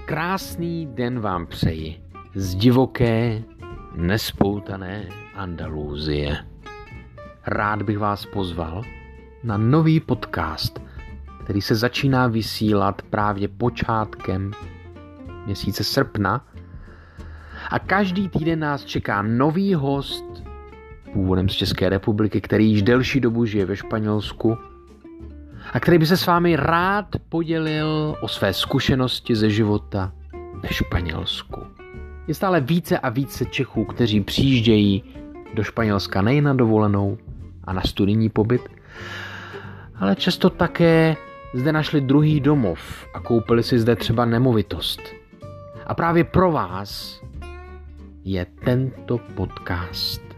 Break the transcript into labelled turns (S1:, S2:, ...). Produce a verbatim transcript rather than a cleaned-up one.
S1: Krásný den vám přeji z divoké, nespoutané Andalusie. Rád bych vás pozval na nový podcast, který se začíná vysílat právě počátkem měsíce srpna. A každý týden nás čeká nový host, původem z České republiky, který již delší dobu žije ve Španělsku a který by se s vámi rád podělil o své zkušenosti ze života ve Španělsku. Je stále více a více Čechů, kteří přijíždějí do Španělska nejen na dovolenou a na studijní pobyt, ale často také zde našli druhý domov a koupili si zde třeba nemovitost. A právě pro vás je tento podcast.